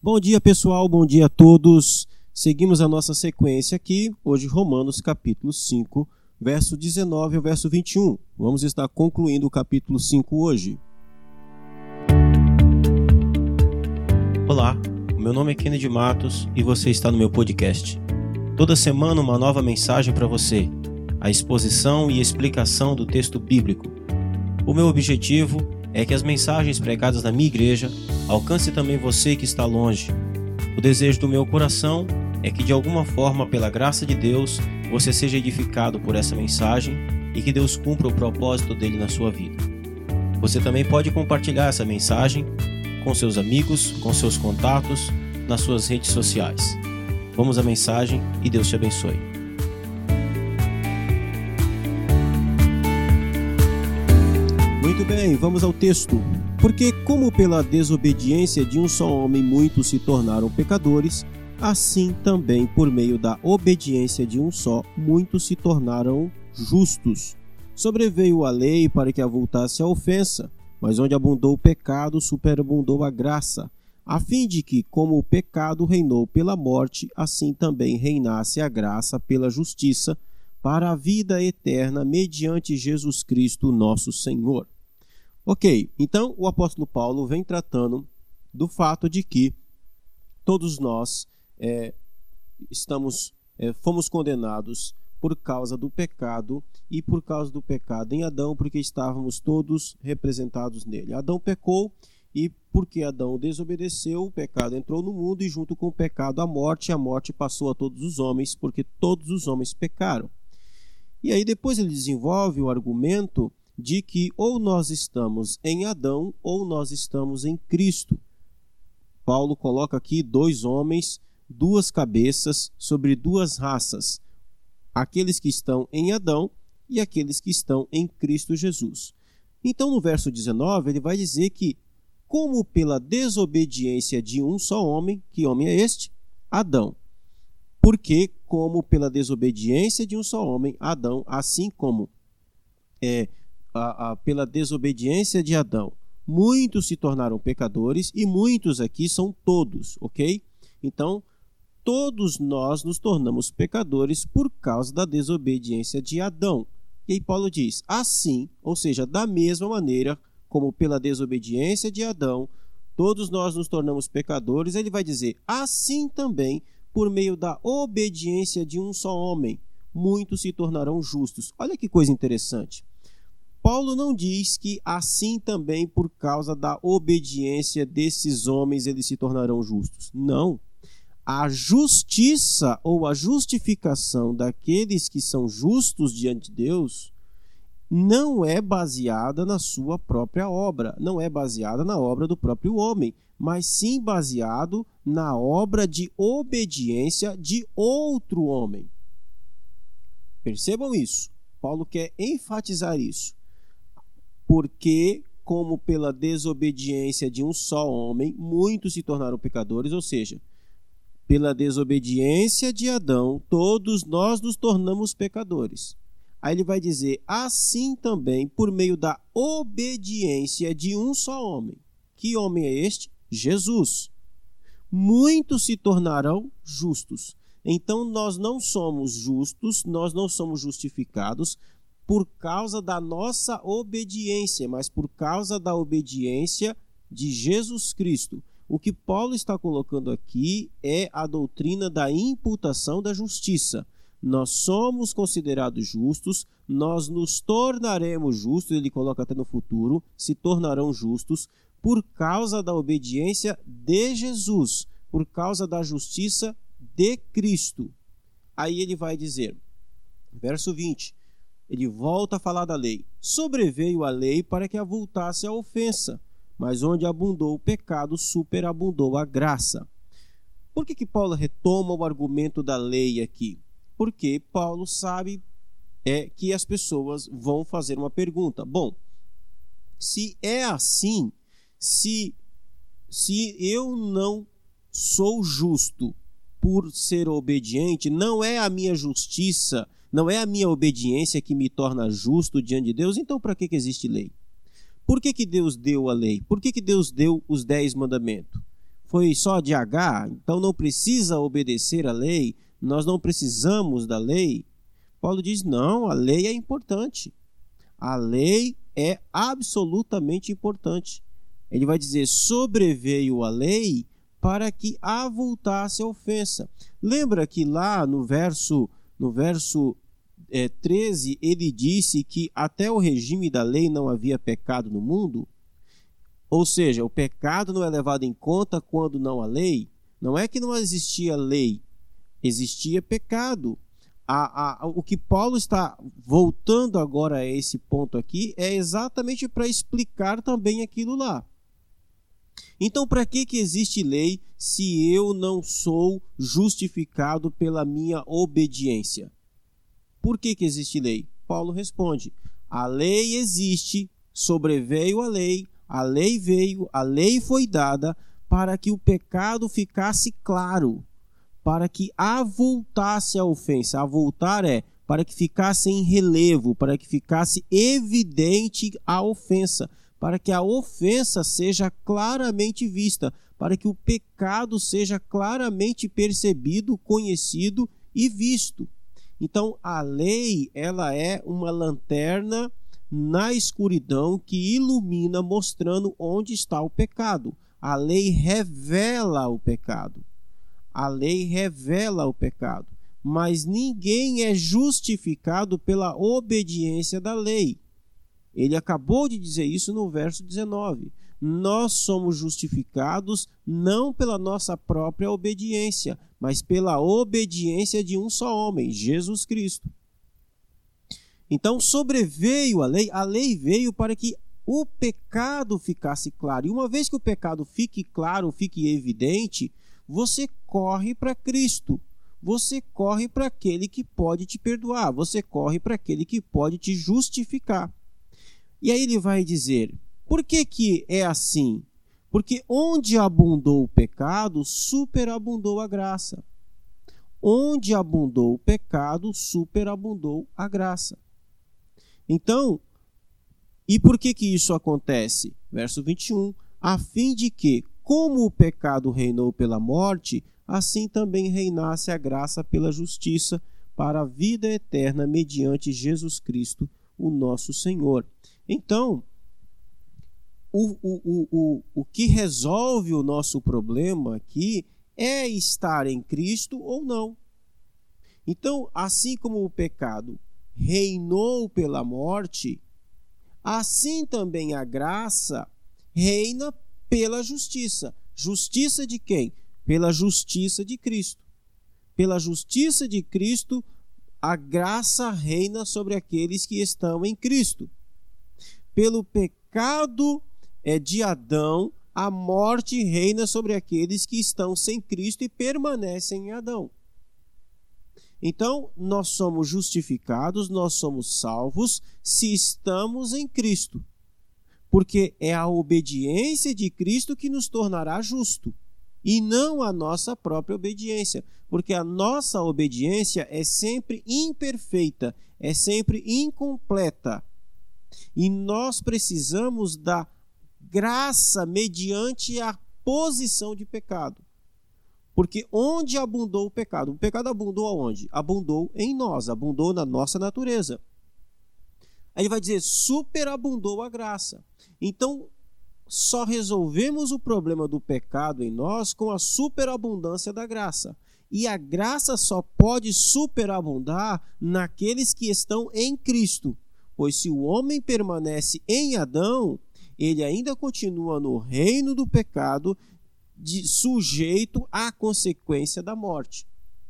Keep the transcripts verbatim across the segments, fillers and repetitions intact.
Bom dia, pessoal, bom dia a todos. Seguimos a nossa sequência aqui, hoje Romanos capítulo cinco, verso dezenove ao verso vinte e um. Vamos estar concluindo o capítulo cinco hoje. Olá, o meu nome é Kennedy Matos e você está no meu podcast. Toda semana uma nova mensagem para você, a exposição e explicação do texto bíblico. O meu objetivo é que as mensagens pregadas na minha igreja alcancem também você que está longe. O desejo do meu coração é que de alguma forma, pela graça de Deus, você seja edificado por essa mensagem e que Deus cumpra o propósito dele na sua vida. Você também pode compartilhar essa mensagem com seus amigos, com seus contatos, nas suas redes sociais. Vamos à mensagem e Deus te abençoe. Muito bem, vamos ao texto. Porque como pela desobediência de um só homem muitos se tornaram pecadores, assim também por meio da obediência de um só muitos se tornaram justos. Sobreveio a lei para que avultasse a ofensa, mas onde abundou o pecado, superabundou a graça, a fim de que, como o pecado reinou pela morte, assim também reinasse a graça pela justiça, para a vida eterna, mediante Jesus Cristo, nosso Senhor. Ok, então o apóstolo Paulo vem tratando do fato de que todos nós é, estamos, é, fomos condenados por causa do pecado e por causa do pecado em Adão, porque estávamos todos representados nele. Adão pecou e porque Adão desobedeceu, o pecado entrou no mundo e junto com o pecado a morte, a morte passou a todos os homens, porque todos os homens pecaram. E aí depois ele desenvolve o argumento de que ou nós estamos em Adão ou nós estamos em Cristo. Paulo coloca aqui dois homens, duas cabeças sobre duas raças, aqueles que estão em Adão e aqueles que estão em Cristo Jesus. Então no verso dezenove ele vai dizer que como pela desobediência de um só homem, que homem é este? Adão. Porque como pela desobediência de um só homem, Adão, assim como é A, a, pela desobediência de Adão, muitos se tornaram pecadores e muitos aqui são todos, ok? Então, todos nós nos tornamos pecadores por causa da desobediência de Adão. E aí Paulo diz, assim, ou seja, da mesma maneira como pela desobediência de Adão, todos nós nos tornamos pecadores, ele vai dizer, assim também, por meio da obediência de um só homem, muitos se tornarão justos. Olha que coisa interessante. Paulo não diz que assim também por causa da obediência desses homens eles se tornarão justos. Não. A justiça ou a justificação daqueles que são justos diante de Deus não é baseada na sua própria obra, não é baseada na obra do próprio homem, mas sim baseado na obra de obediência de outro homem. Percebam isso. Paulo quer enfatizar isso. Porque, como pela desobediência de um só homem, muitos se tornaram pecadores, ou seja, pela desobediência de Adão, todos nós nos tornamos pecadores. Aí ele vai dizer, assim também, por meio da obediência de um só homem. Que homem é este? Jesus. Muitos se tornarão justos. Então, nós não somos justos, nós não somos justificados, por causa da nossa obediência, mas por causa da obediência de Jesus Cristo. O que Paulo está colocando aqui é a doutrina da imputação da justiça. Nós somos considerados justos, nós nos tornaremos justos, ele coloca até no futuro, se tornarão justos, por causa da obediência de Jesus, por causa da justiça de Cristo. Aí ele vai dizer, verso vinte, ele volta a falar da lei. Sobreveio a lei para que avultasse a ofensa, mas onde abundou o pecado, superabundou a graça. Por que que Paulo retoma o argumento da lei aqui? Porque Paulo sabe é, que as pessoas vão fazer uma pergunta. Bom, se é assim, se, se eu não sou justo por ser obediente, não é a minha justiça, não é a minha obediência que me torna justo diante de Deus, então para que que existe lei? Por que que Deus deu a lei? Por que que Deus deu os dez mandamentos? foi só de H, então não precisa obedecer à lei, nós não precisamos da lei. Paulo diz, não, a lei é importante. A lei é absolutamente importante. Ele vai dizer, sobreveio a lei para que avultasse a ofensa. Lembra que lá no verso, no verso é, treze, ele disse que até o regime da lei não havia pecado no mundo? Ou seja, o pecado não é levado em conta quando não há lei. Não é que não existia lei, existia pecado. A, a, o que Paulo está voltando agora a esse ponto aqui é exatamente para explicar também aquilo lá. Então, para que, que existe lei se eu não sou justificado pela minha obediência? Por que, que existe lei? Paulo responde, a lei existe, sobreveio a lei, a lei veio, a lei foi dada para que o pecado ficasse claro, para que avultasse a ofensa. Avultar é para que ficasse em relevo, para que ficasse evidente a ofensa, para que a ofensa seja claramente vista, para que o pecado seja claramente percebido, conhecido e visto. Então, a lei, ela é uma lanterna na escuridão que ilumina, mostrando onde está o pecado. A lei revela o pecado. A lei revela o pecado, mas ninguém é justificado pela obediência da lei. Ele acabou de dizer isso no verso dezenove. Nós somos justificados não pela nossa própria obediência, mas pela obediência de um só homem, Jesus Cristo. Então sobreveio a lei, a lei veio para que o pecado ficasse claro. E uma vez que o pecado fique claro, fique evidente, você corre para Cristo. Você corre para aquele que pode te perdoar. Você corre para aquele que pode te justificar. E aí ele vai dizer, por que que é assim? Porque onde abundou o pecado, superabundou a graça. Onde abundou o pecado, superabundou a graça. Então, e por que que isso acontece? Verso vinte e um, a fim de que, como o pecado reinou pela morte, assim também reinasse a graça pela justiça para a vida eterna mediante Jesus Cristo, o nosso Senhor. Então, o, o, o, o, o que resolve o nosso problema aqui é estar em Cristo ou não. Então, assim como o pecado reinou pela morte, assim também a graça reina pela justiça. Justiça de quem? Pela justiça de Cristo. Pela justiça de Cristo, a graça reina sobre aqueles que estão em Cristo. Pelo pecado de Adão, a morte reina sobre aqueles que estão sem Cristo e permanecem em Adão. Então, nós somos justificados, nós somos salvos se estamos em Cristo. Porque é a obediência de Cristo que nos tornará justo, e não a nossa própria obediência. Porque a nossa obediência é sempre imperfeita, é sempre incompleta. E nós precisamos da graça mediante a posição de pecado. Porque onde abundou o pecado? O pecado abundou aonde? Abundou em nós, abundou na nossa natureza. Aí ele vai dizer, superabundou a graça. Então, só resolvemos o problema do pecado em nós com a superabundância da graça. E a graça só pode superabundar naqueles que estão em Cristo. Pois se o homem permanece em Adão, ele ainda continua no reino do pecado, de, sujeito à consequência da morte.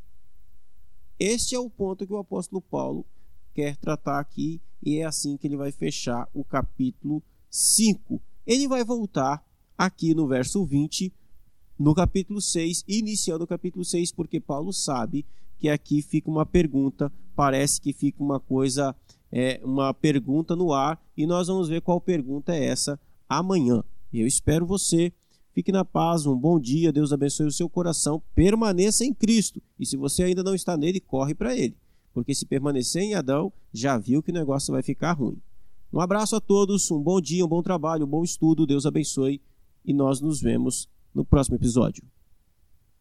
Este é o ponto que o apóstolo Paulo quer tratar aqui, e é assim que ele vai fechar o capítulo cinco. Ele vai voltar aqui no verso vinte, no capítulo seis, iniciando o capítulo seis, porque Paulo sabe que aqui fica uma pergunta, parece que fica uma coisa, é, uma pergunta no ar, e nós vamos ver qual pergunta é essa amanhã. Eu espero você. Fique na paz, um bom dia, Deus abençoe o seu coração, permaneça em Cristo. E se você ainda não está nele, corre para ele. Porque se permanecer em Adão, já viu que o negócio vai ficar ruim. Um abraço a todos, um bom dia, um bom trabalho, um bom estudo, Deus abençoe e nós nos vemos no próximo episódio.